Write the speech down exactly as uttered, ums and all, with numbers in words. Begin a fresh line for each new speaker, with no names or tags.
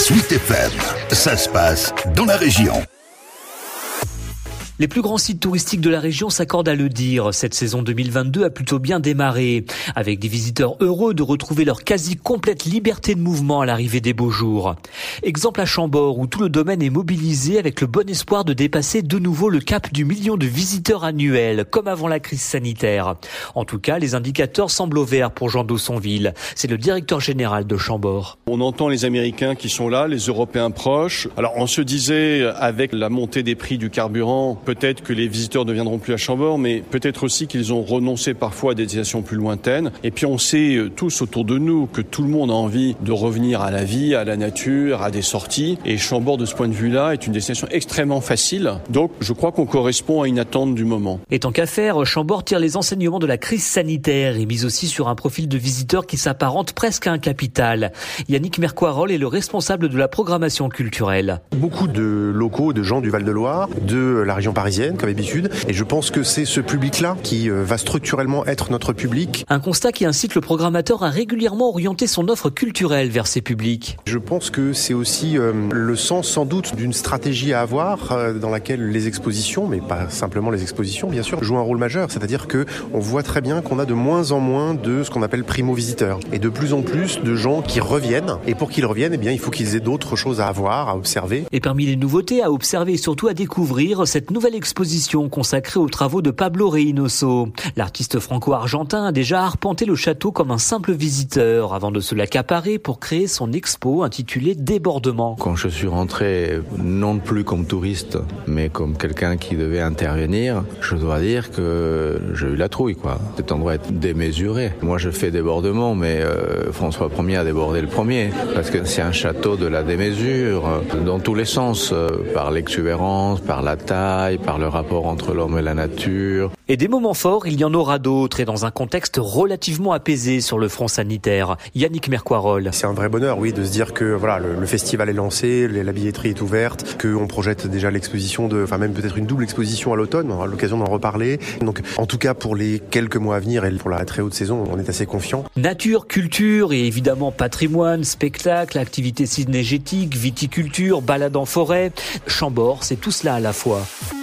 Suite F M, ça se passe dans la région.
Les plus grands sites touristiques de la région s'accordent à le dire. Cette saison deux mille vingt-deux a plutôt bien démarré, avec des visiteurs heureux de retrouver leur quasi-complète liberté de mouvement à l'arrivée des beaux jours. Exemple à Chambord, où tout le domaine est mobilisé avec le bon espoir de dépasser de nouveau le cap du million de visiteurs annuels, comme avant la crise sanitaire. En tout cas, les indicateurs semblent au vert pour Jean Daussonville. C'est le directeur général de Chambord.
On entend les Américains qui sont là, les Européens proches. Alors on se disait, avec la montée des prix du carburant, peut-être que les visiteurs ne viendront plus à Chambord, mais peut-être aussi qu'ils ont renoncé parfois à des destinations plus lointaines. Et puis on sait tous autour de nous que tout le monde a envie de revenir à la vie, à la nature, à des sorties. Et Chambord, de ce point de vue-là, est une destination extrêmement facile. Donc je crois qu'on correspond à une attente du moment.
Et tant qu'à faire, Chambord tire les enseignements de la crise sanitaire et mise aussi sur un profil de visiteurs qui s'apparente presque à un capital. Yannick Mercoirol est le responsable de la programmation culturelle.
Beaucoup de locaux, de gens du Val-de-Loire, de la région parisienne, comme d'habitude. Et je pense que c'est ce public-là qui va structurellement être notre public.
Un constat qui incite le programmateur à régulièrement orienter son offre culturelle vers ces publics.
Je pense que c'est aussi euh, le sens sans doute d'une stratégie à avoir euh, dans laquelle les expositions, mais pas simplement les expositions bien sûr, jouent un rôle majeur. C'est-à-dire que on voit très bien qu'on a de moins en moins de ce qu'on appelle primo-visiteurs et de plus en plus de gens qui reviennent. Et pour qu'ils reviennent, eh bien, il faut qu'ils aient d'autres choses à avoir, à observer.
Et parmi les nouveautés à observer et surtout à découvrir, cette nouvelle exposition consacrée aux travaux de Pablo Reynoso. L'artiste franco-argentin a déjà arpenté le château comme un simple visiteur avant de se l'accaparer pour créer son expo intitulée Débordement.
Quand je suis rentré, non plus comme touriste, mais comme quelqu'un qui devait intervenir, je dois dire que j'ai eu la trouille, quoi. Cet endroit est démesuré. Moi, je fais Débordement, mais euh, François Ier a débordé le premier, parce que c'est un château de la démesure, dans tous les sens, euh, par l'exubérance, par la taille, par le rapport entre l'homme et la nature.
Et des moments forts, il y en aura d'autres, et dans un contexte relativement apaisé sur le front sanitaire. Yannick Mercoirol.
C'est un vrai bonheur, oui, de se dire que voilà, le, le festival est lancé, la billetterie est ouverte, qu'on projette déjà l'exposition, de, enfin même peut-être une double exposition à l'automne, on aura l'occasion d'en reparler. Donc, en tout cas, pour les quelques mois à venir et pour la très haute saison, on est assez confiant.
Nature, culture et évidemment patrimoine, spectacle, activités cynégétiques, viticulture, balade en forêt. Chambord, c'est tout cela à la fois.